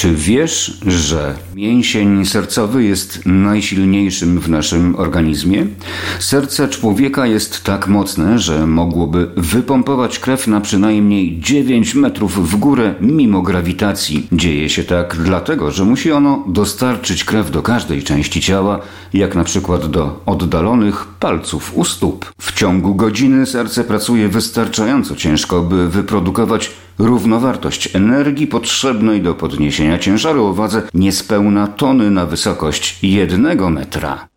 Czy wiesz, że mięsień sercowy jest najsilniejszym w naszym organizmie? Serce człowieka jest tak mocne, że mogłoby wypompować krew na przynajmniej 9 metrów w górę mimo grawitacji. Dzieje się tak dlatego, że musi ono dostarczyć krew do każdej części ciała, jak na przykład do oddalonych palców u stóp. W ciągu godziny serce pracuje wystarczająco ciężko, by wyprodukować równowartość energii potrzebnej do podniesienia ciężaru o wadze niespełna tony na wysokość 1 metra.